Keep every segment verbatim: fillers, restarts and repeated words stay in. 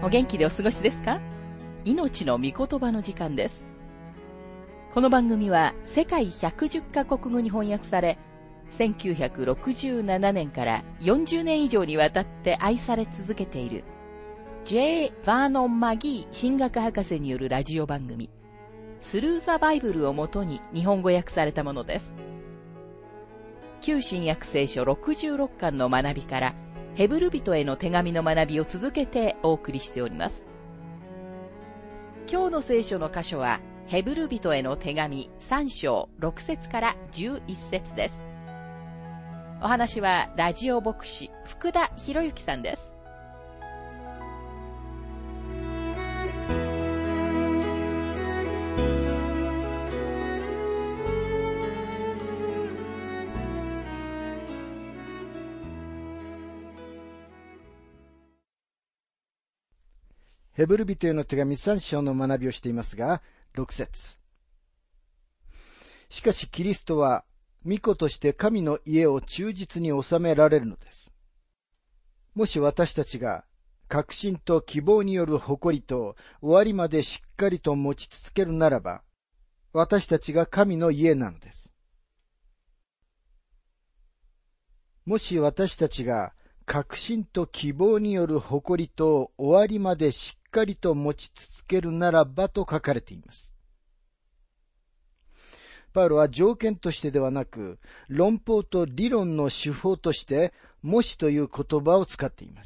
お元気でお過ごしですか？命の御言葉の時間です。この番組は世界ひゃくじゅっカ国語に翻訳され、せんきゅうひゃくろくじゅうななねんからよんじゅうねん以上にわたって愛され続けている J. バーノン・マギー神学博士によるラジオ番組スルー・ザ・バイブルをもとに日本語訳されたものです。旧新約聖書ろくじゅうろっかんの学びからヘブル人への手紙の学びを続けてお送りしております。今日の聖書の箇所はヘブル人への手紙さん章ろく節からじゅういち節です。お話はラジオ牧師福田博之さんです。 ヘブル人への手紙さん章の学びをしていますが、ろく節。しかしキリストは、御子として神の家を忠実に治められるのです。もし私たちが、確信と希望による誇りと終わりまでしっかりと持ち続けるならば、私たちが神の家なのです。もし私たちが、確信と希望による誇りと終わりまでしっかりと持ち続けるならばと書かれています。パウロは条件としてではなく、論法と理論の手法として、もしという言葉を使っています。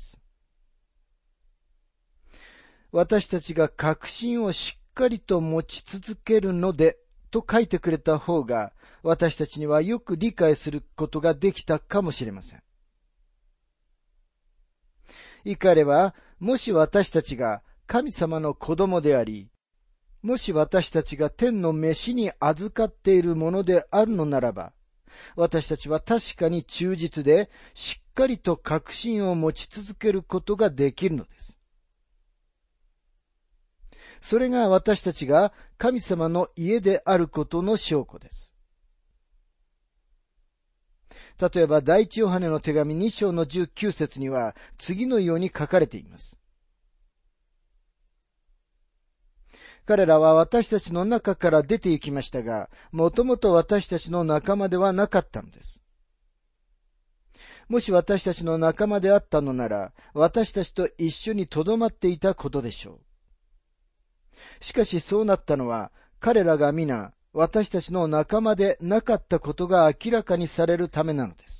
私たちが確信をしっかりと持ち続けるので、と書いてくれた方が、私たちにはよく理解することができたかもしれません。いかれは、もし私たちが神様の子供であり、もし私たちが天の召しに預かっているものであるのならば、私たちは確かに忠実で、しっかりと確信を持ち続けることができるのです。それが私たちが神様の家であることの証拠です。例えば、第一ヨハネの手紙に章のじゅうきゅう節には、次のように書かれています。彼らは私たちの中から出て行きましたが、もともと私たちの仲間ではなかったのです。もし私たちの仲間であったのなら、私たちと一緒に留まっていたことでしょう。しかしそうなったのは、彼らが皆、私たちの仲間でなかったことが明らかにされるためなのです。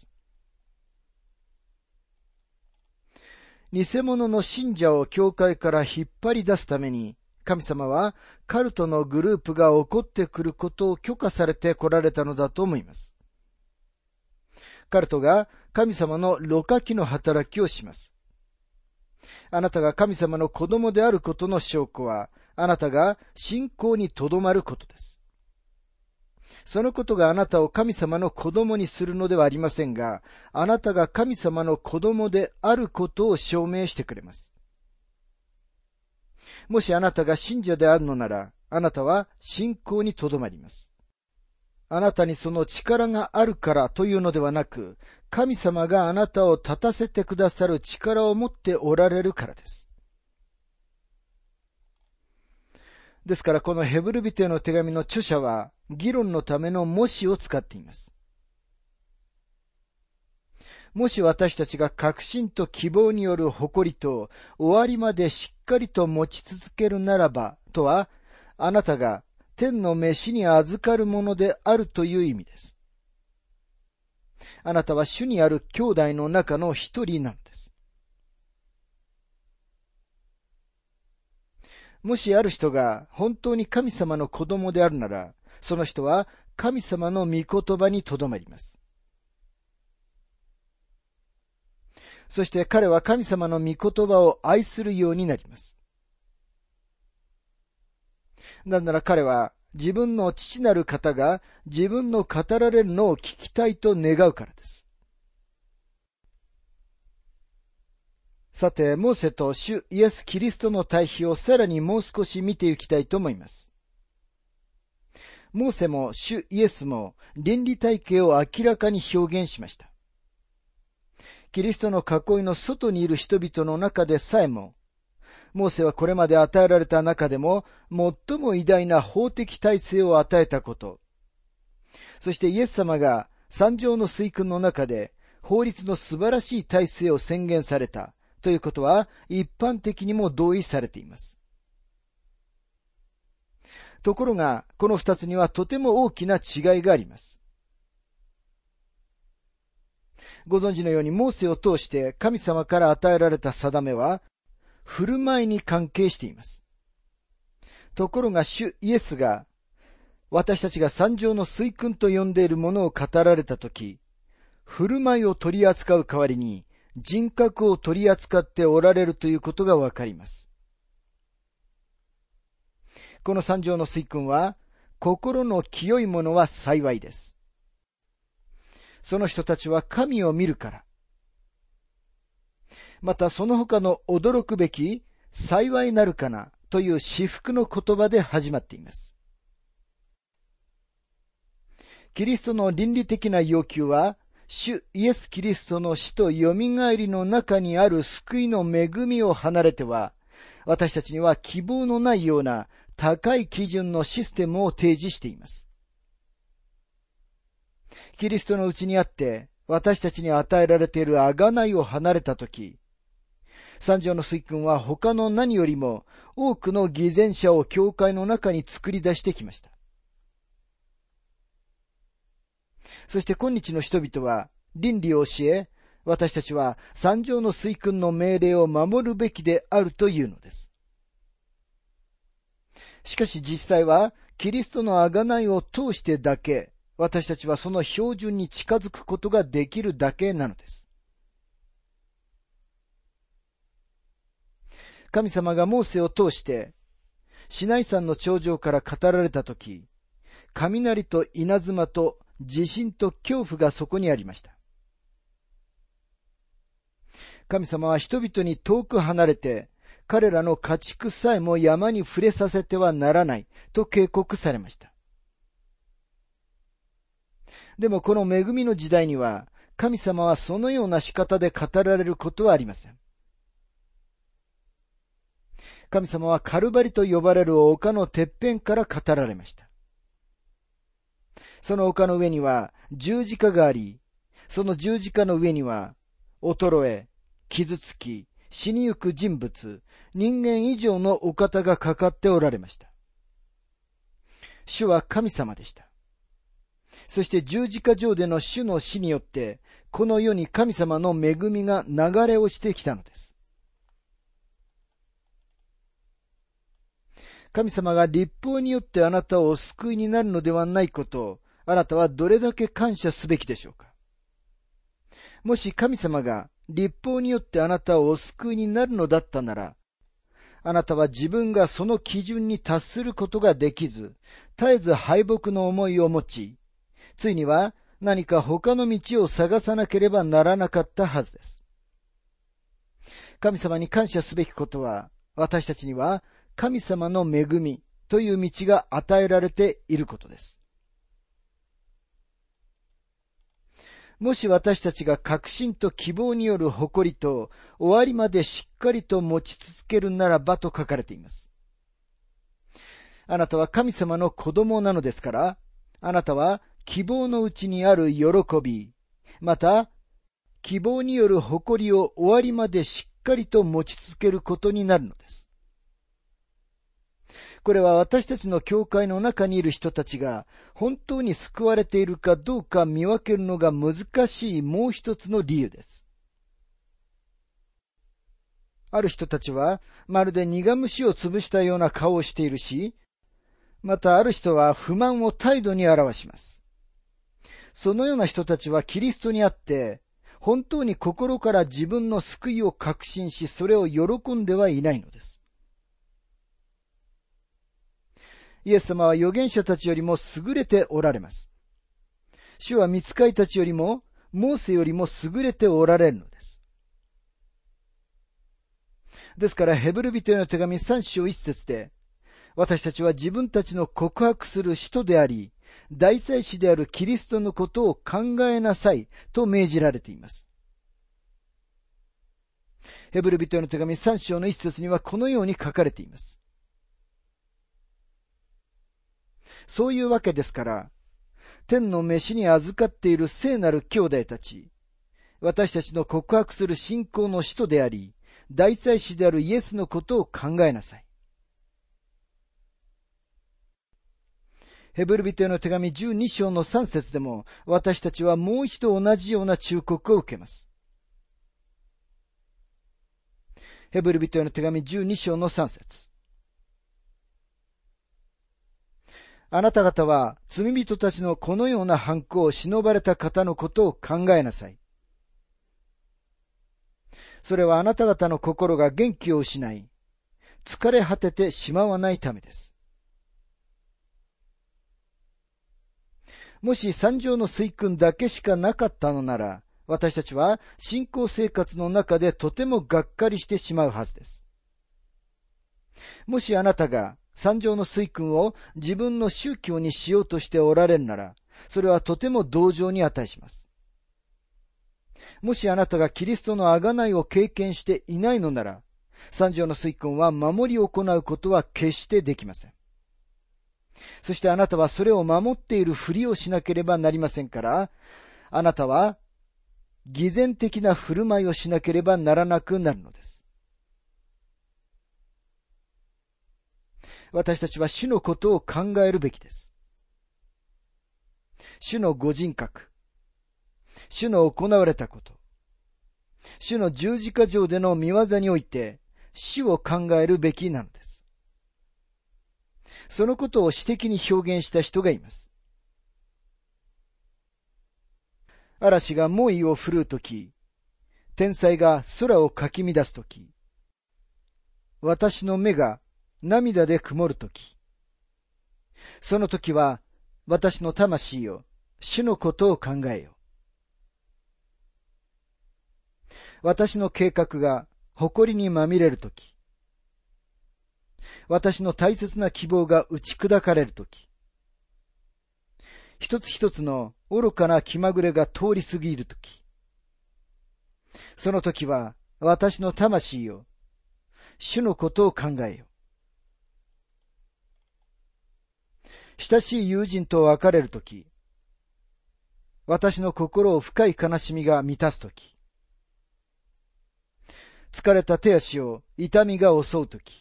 偽物の信者を教会から引っ張り出すために、神様はカルトのグループが起こってくることを許可されて来られたのだと思います。カルトが神様のろ過器の働きをします。あなたが神様の子供であることの証拠は、あなたが信仰にとどまることです。そのことがあなたを神様の子供にするのではありませんが、あなたが神様の子供であることを証明してくれます。もしあなたが信者であるのなら、あなたは信仰にとどまります。あなたにその力があるからというのではなく、神様があなたを立たせてくださる力を持っておられるからです。ですからこのヘブル人への手紙の著者は、議論のためのもしを使っています。もし私たちが確信と希望による誇りと終わりまでしっかりと持ち続けるならば、とは、あなたが天の召しに預かるものであるという意味です。あなたは主にある兄弟の中の一人なのです。もしある人が本当に神様の子供であるなら、その人は神様の御言葉にとどまります。そして彼は神様の御言葉を愛するようになります。なんなら彼は自分の父なる方が自分の語られるのを聞きたいと願うからです。さて、モーセと主イエス・キリストの対比をさらにもう少し見ていきたいと思います。モーセも主イエスも倫理体系を明らかに表現しました。キリストの囲いの外にいる人々の中でさえも、 モーセはこれまで与えられた中でも最も偉大な法的体制を与えたこと、そしてイエス様が三条の水訓の中で法律の素晴らしい体制を宣言されたということは一般的にも同意されています。ところが、この二つにはとても大きな違いがあります。ご存知のように、モーセを通して神様から与えられた定めは、振る舞いに関係しています。ところが、主イエスが、私たちが三条の水訓と呼んでいるものを語られたとき、振る舞いを取り扱う代わりに、人格を取り扱っておられるということがわかります。この三条の水訓は、心の清いものは幸いです。その人たちは神を見るから。またその他の驚くべき幸いなるかなという至福の言葉で始まっています。キリストの倫理的な要求は、主イエス・キリストの死とよみがえりの中にある救いの恵みを離れては、私たちには希望のないような高い基準のシステムを提示しています。キリストのうちにあって、私たちに与えられている贖いを離れたとき、三条の水訓は他の何よりも多くの偽善者を教会の中に作り出してきました。そして今日の人々は倫理を教え、私たちは三条の水訓の命令を守るべきであるというのです。しかし実際はキリストの贖いを通してだけ、私たちはその標準に近づくことができるだけなのです。神様がモーセを通してシナイ山の頂上から語られたとき、雷と稲妻と地震と恐怖がそこにありました。神様は人々に遠く離れて、彼らの家畜さえも山に触れさせてはならないと警告されました。でもこの恵みの時代には、神様はそのような仕方で語られることはありません。神様はカルバリと呼ばれる丘のてっぺんから語られました。その丘の上には十字架があり、その十字架の上には衰え、傷つき、死にゆく人物、人間以上のお方がかかっておられました。主は神様でした。そして十字架上での主の死によって、この世に神様の恵みが流れ落ちてきたのです。神様が律法によってあなたをお救いになるのではないことを、あなたはどれだけ感謝すべきでしょうか。もし神様が律法によってあなたをお救いになるのだったなら、あなたは自分がその基準に達することができず、絶えず敗北の思いを持ち、ついには何か他の道を探さなければならなかったはずです。神様に感謝すべきことは、私たちには神様の恵みという道が与えられていることです。もし私たちが確信と希望による誇りと終わりまでしっかりと持ち続けるならばと書かれています。あなたは神様の子供なのですから、あなたは希望のうちにある喜び、また希望による誇りを終わりまでしっかりと持ち続けることになるのです。これは私たちの教会の中にいる人たちが本当に救われているかどうか見分けるのが難しいもう一つの理由です。ある人たちはまるで苦虫を潰したような顔をしているし、またある人は不満を態度に表します。そのような人たちはキリストにあって本当に心から自分の救いを確信し、それを喜んではいないのです。イエス様は預言者たちよりも優れておられます。主は御使いたちよりも、モーセよりも優れておられるのです。ですからヘブル人への手紙さん章いち節で、私たちは自分たちの告白する使徒であり、大祭司であるキリストのことを考えなさいと命じられています。 ヘブル人への手紙さん章の一節にはこのように書かれています。そういうわけですから、天の召しに預かっている聖なる兄弟たち、私たちの告白する信仰の使徒であり、大祭司であるイエスのことを考えなさい。ヘブル人への手紙じゅうに章のさん節でも、私たちはもう一度同じような忠告を受けます。ヘブル人への手紙じゅうに章のさん節。あなた方は罪人たちのこのような犯行を忍ばれた方のことを考えなさい。それはあなた方の心が元気を失い、疲れ果ててしまわないためです。もし三条の水訓だけしかなかったのなら、私たちは信仰生活の中でとてもがっかりしてしまうはずです。もしあなたが三条の水訓を自分の宗教にしようとしておられるなら、それはとても同情に値します。もしあなたがキリストの贖いを経験していないのなら、三条の水訓は守り行うことは決してできません。そしてあなたはそれを守っているふりをしなければなりませんから、あなたは偽善的な振る舞いをしなければならなくなるのです。私たちは主のことを考えるべきです。主のご人格、主の行われたこと、主の十字架上での御業において主を考えるべきなのです。そのことを詩的に表現した人がいます。嵐が猛威を振るうとき、天才が空をかき乱すとき、私の目が涙で曇るとき、そのときは私の魂よ、主のことを考えよ。私の計画が誇りにまみれるとき、私の大切な希望が打ち砕かれるとき、一つ一つの愚かな気まぐれが通り過ぎるとき、そのときは私の魂よ、主のことを考えよ。親しい友人と別れるとき、私の心を深い悲しみが満たすとき、疲れた手足を痛みが襲うとき、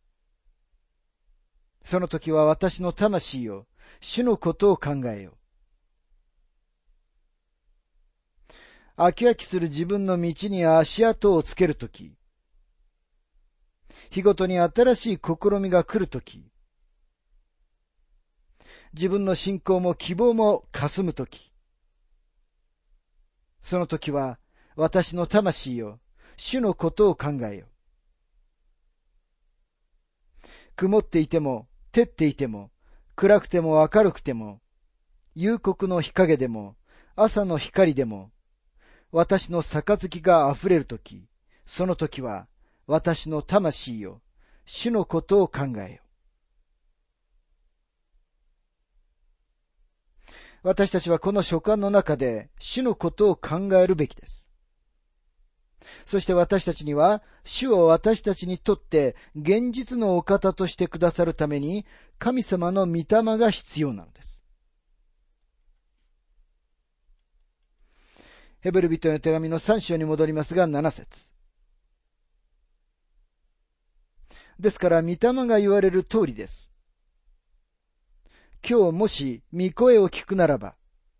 その時は私の魂よ、主のことを考えよ。飽き飽きする自分の道に足跡をつけるとき、日ごとに新しい試みが来るとき、自分の信仰も希望も霞むとき、その時は私の魂よ、主のことを考えよ。曇っていても、照っていても、暗くても明るくても、夕刻の日陰でも、朝の光でも、私の杯が溢れるとき、その時は私の魂よ、主のことを考えよ。私たちはこの書簡の中で主のことを考えるべきです。そして私たちには、主を私たちにとって現実のお方としてくださるために、神様の御霊が必要なのです。ヘブル人への手紙のさん章に戻りますが、なな節。ですから、御霊が言われる通りです。今日もし御声を聞くならば、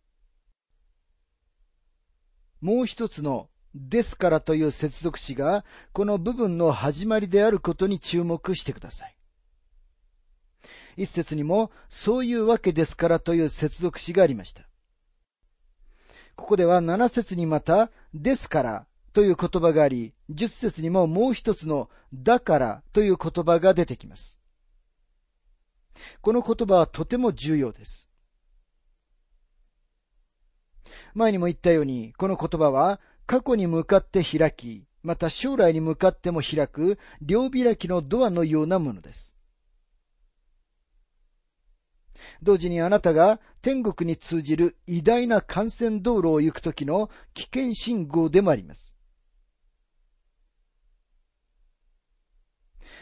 もう一つのですからという接続詞がこの部分の始まりであることに注目してください。一節にもそういうわけですからという接続詞がありました。ここでは七節にまたですからという言葉があり、十節にももう一つのだからという言葉が出てきます。この言葉はとても重要です。前にも言ったように、この言葉は過去に向かって開き、また将来に向かっても開く両開きのドアのようなものです。同時にあなたが天国に通じる偉大な幹線道路を行くときの危険信号でもあります。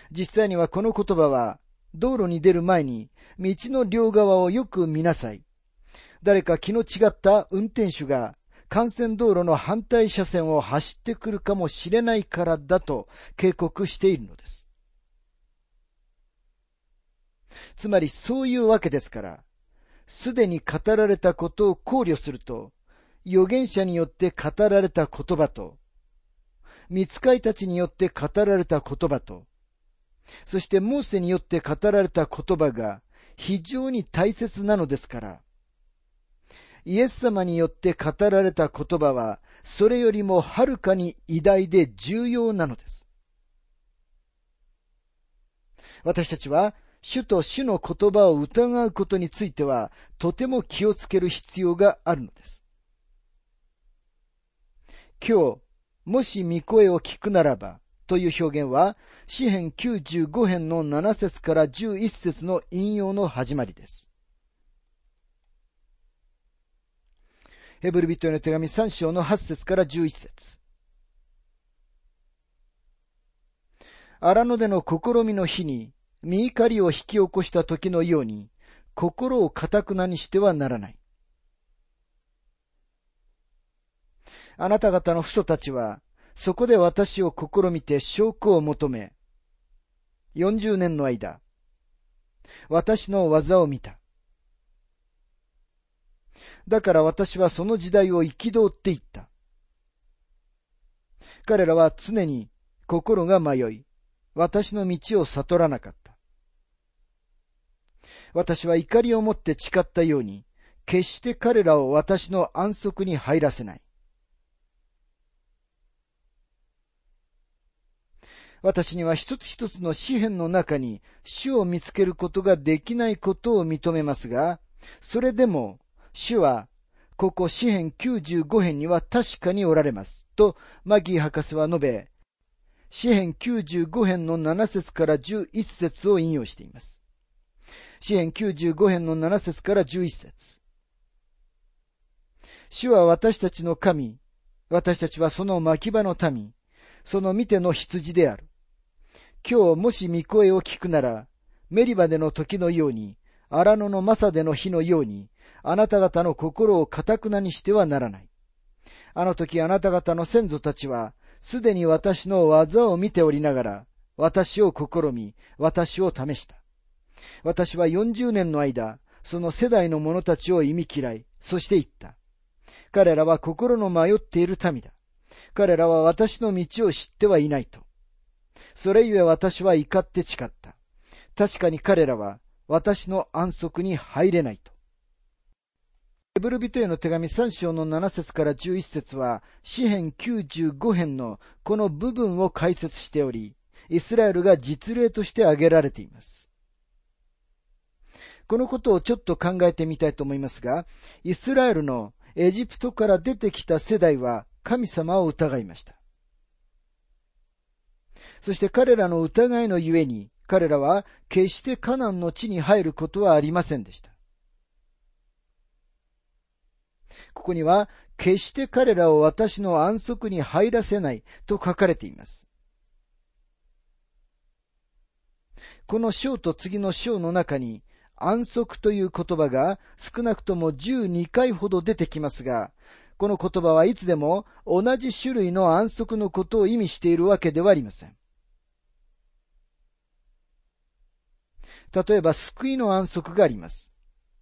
実際にはこの言葉は、道路に出る前に、道の両側をよく見なさい。誰か気の違った運転手が、幹線道路の反対車線を走ってくるかもしれないからだと警告しているのです。つまりそういうわけですから、すでに語られたことを考慮すると、預言者によって語られた言葉と、御使いたちによって語られた言葉と、そしてモーセによって語られた言葉が非常に大切なのですから、イエス様によって語られた言葉は、それよりもはるかに偉大で重要なのです。私たちは、主と主の言葉を疑うことについては、とても気をつける必要があるのです。今日、もし御声を聞くならば、という表現は、詩編きゅうじゅうご編のなな節からじゅういち節の引用の始まりです。ヘブル人への手紙さん章のはち節からじゅういち節。荒野での試みの日に、身怒りを引き起こした時のように、心を堅くなにしてはならない。あなた方の父祖たちは、そこで私を試みて証拠を求め、よんじゅうねんの間、私の技を見た。だから私はその時代を憤っていった。彼らは常に心が迷い、私の道を悟らなかった。私は怒りをもって誓ったように、決して彼らを私の安息に入らせない。私には一つ一つの詩篇の中に主を見つけることができないことを認めますが、それでも主はここ詩篇きゅうじゅうご編には確かにおられますとマギー博士は述べ、詩編きゅうじゅうご編のなな節からじゅういち節を引用しています。詩編きゅうじゅうご編のなな節からじゅういち節。主は私たちの神、私たちはその牧場の民、その見ての羊である。今日もし御声を聞くなら、メリバでの時のように、荒野のマサでの日のように、あなた方の心を堅くなにしてはならない。あの時あなた方の先祖たちは、すでに私の技を見ておりながら、私を試み、私を試した。私はよんじゅうねんの間、その世代の者たちを忌み嫌い、そして言った。彼らは心の迷っている民だ。彼らは私の道を知ってはいないと。それゆえ私は怒って誓った。確かに彼らは私の安息に入れないと。ヘブル人への手紙さん章のなな節からじゅういち節は、詩編きゅうじゅうご編のこの部分を解説しており、イスラエルが実例として挙げられています。このことをちょっと考えてみたいと思いますが、イスラエルのエジプトから出てきた世代は神様を疑いました。そして彼らの疑いのゆえに、彼らは決してカナンの地に入ることはありませんでした。ここには、決して彼らを私の安息に入らせないと書かれています。この章と次の章の中に、安息という言葉が少なくともじゅうにかいほど出てきますが、この言葉はいつでも同じ種類の安息のことを意味しているわけではありません。例えば、救いの安息があります。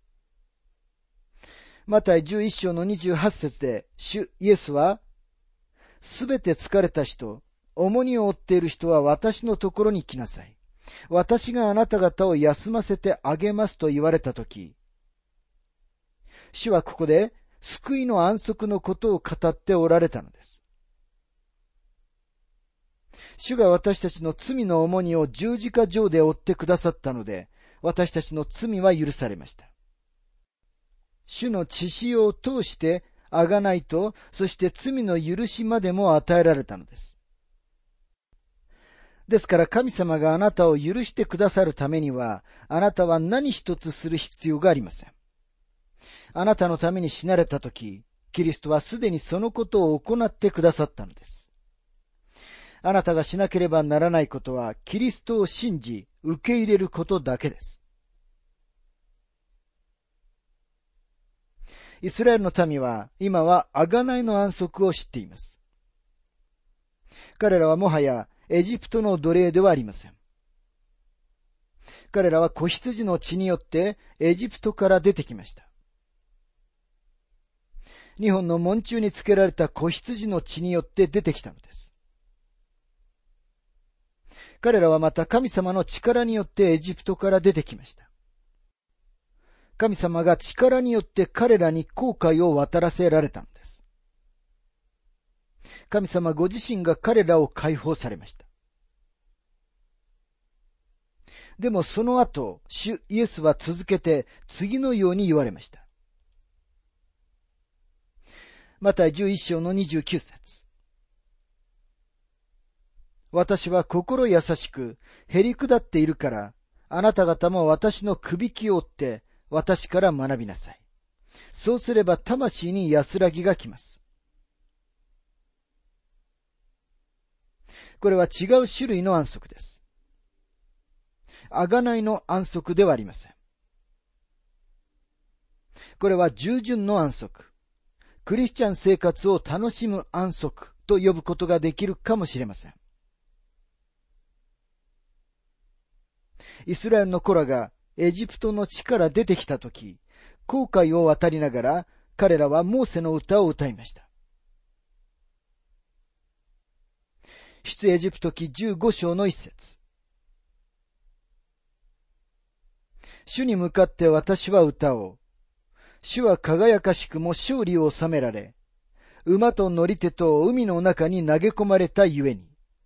マタイじゅういち章のにじゅうはち節で、主イエスは、すべて疲れた人、重荷を負っている人は私のところに来なさい。私があなた方を休ませてあげますと言われたとき、主はここで救いの安息のことを語っておられたのです。主が私たちの罪の重荷を十字架上で負ってくださったので、私たちの罪は許されました。主の血潮を通して贖いと、そして罪の許しまでも与えられたのです。ですから神様があなたを許してくださるためには、あなたは何一つする必要がありません。あなたのために死なれたとき、キリストはすでにそのことを行ってくださったのです。 あなたがしなければならないことは、キリストを信じ、受け入れることだけです。イスラエルの民は、今は贖いの安息を知っています。彼らはもはや、エジプトの奴隷ではありません。彼らは子羊の血によって、エジプトから出てきました。日本の門中につけられた子羊の血によって出てきたのです。彼らはまた神様の力によってエジプトから出てきました。神様が力によって彼らに航海を渡らせられたのです。神様ご自身が彼らを解放されました。でもその後、主イエスは続けて次のように言われました。マタイじゅういっ章のにじゅうきゅう節。私は心優しく、へりくだっているから、あなた方も私のくびきを追って、私から学びなさい。そうすれば魂に安らぎがきます。これは違う種類の安息です。贖いの安息ではありません。これは従順の安息。クリスチャン生活を楽しむ安息と呼ぶことができるかもしれません。イスラエルの子らがエジプトの地から出てきたとき、航海を渡りながら彼らはモーセの歌を歌いました。出エジプト記じゅうご章の一節。主に向かって私は歌おう。主は輝かしくも勝利を収められ、馬と乗り手と海の中に投げ込まれたゆえに。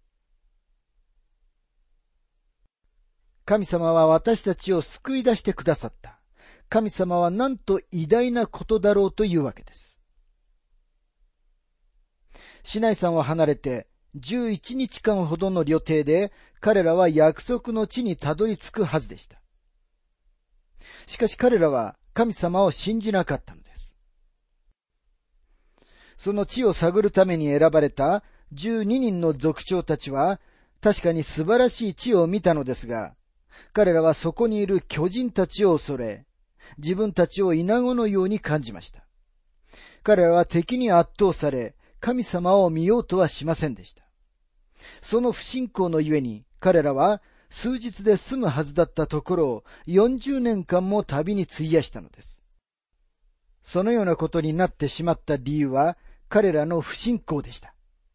神様は私たちを救い出してくださった。神様はなんと偉大なことだろうというわけです。シナイ山を離れてじゅういちにちかんほどの旅程で彼らは約束の地にたどり着くはずでした。しかし彼らは神様を信じなかったのです。その地を探るために選ばれたじゅうににんの族長たちは確かに素晴らしい地を見たのですが、彼らはそこにいる巨人たちを恐れ、自分たちをイナゴのように感じました。彼らは敵に圧倒され、神様を見ようとはしませんでした。その不信仰のゆえに彼らは数日で済むはずだったところをよんじゅうねんかんも旅に費やしたのです。そのようなことになってしまった理由は彼らの不信仰でした。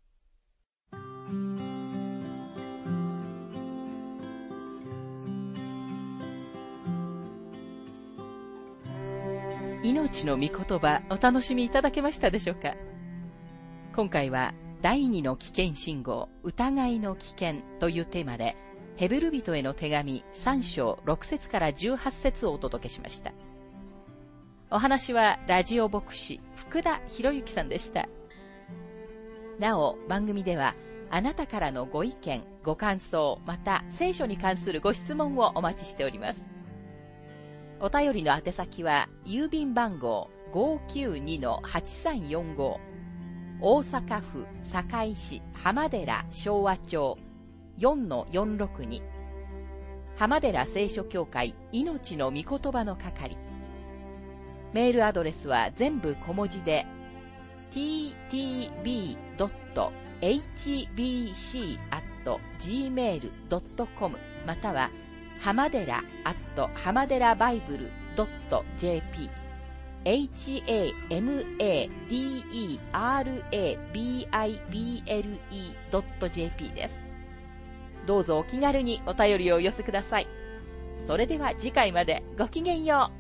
命の御言葉、お楽しみいただけましたでしょうか。今回は第二の危険信号、疑いの危険というテーマで、ヘブル人への手紙さん章ろく節からじゅうはち節をお届けしました。お話はラジオ牧師福田博之さんでした。なお、番組ではあなたからのご意見、ご感想、また聖書に関するご質問をお待ちしております。お便りの宛先は郵便番号 ごーきゅうにのはちさんよんご、大阪府堺市浜寺昭和町 よんのよんろくに、浜寺聖書協会命の御言葉の係。メールアドレスは全部小文字で ティーティービードットエイチビーシーアットジーメールドットコム または浜寺アット浜寺バイブルドットジェーピー エイチエーエムエーディーイーアールエービーアイビーエルイードットジェーピー です。どうぞお気軽にお便りをお寄せください。それでは次回までごきげんよう。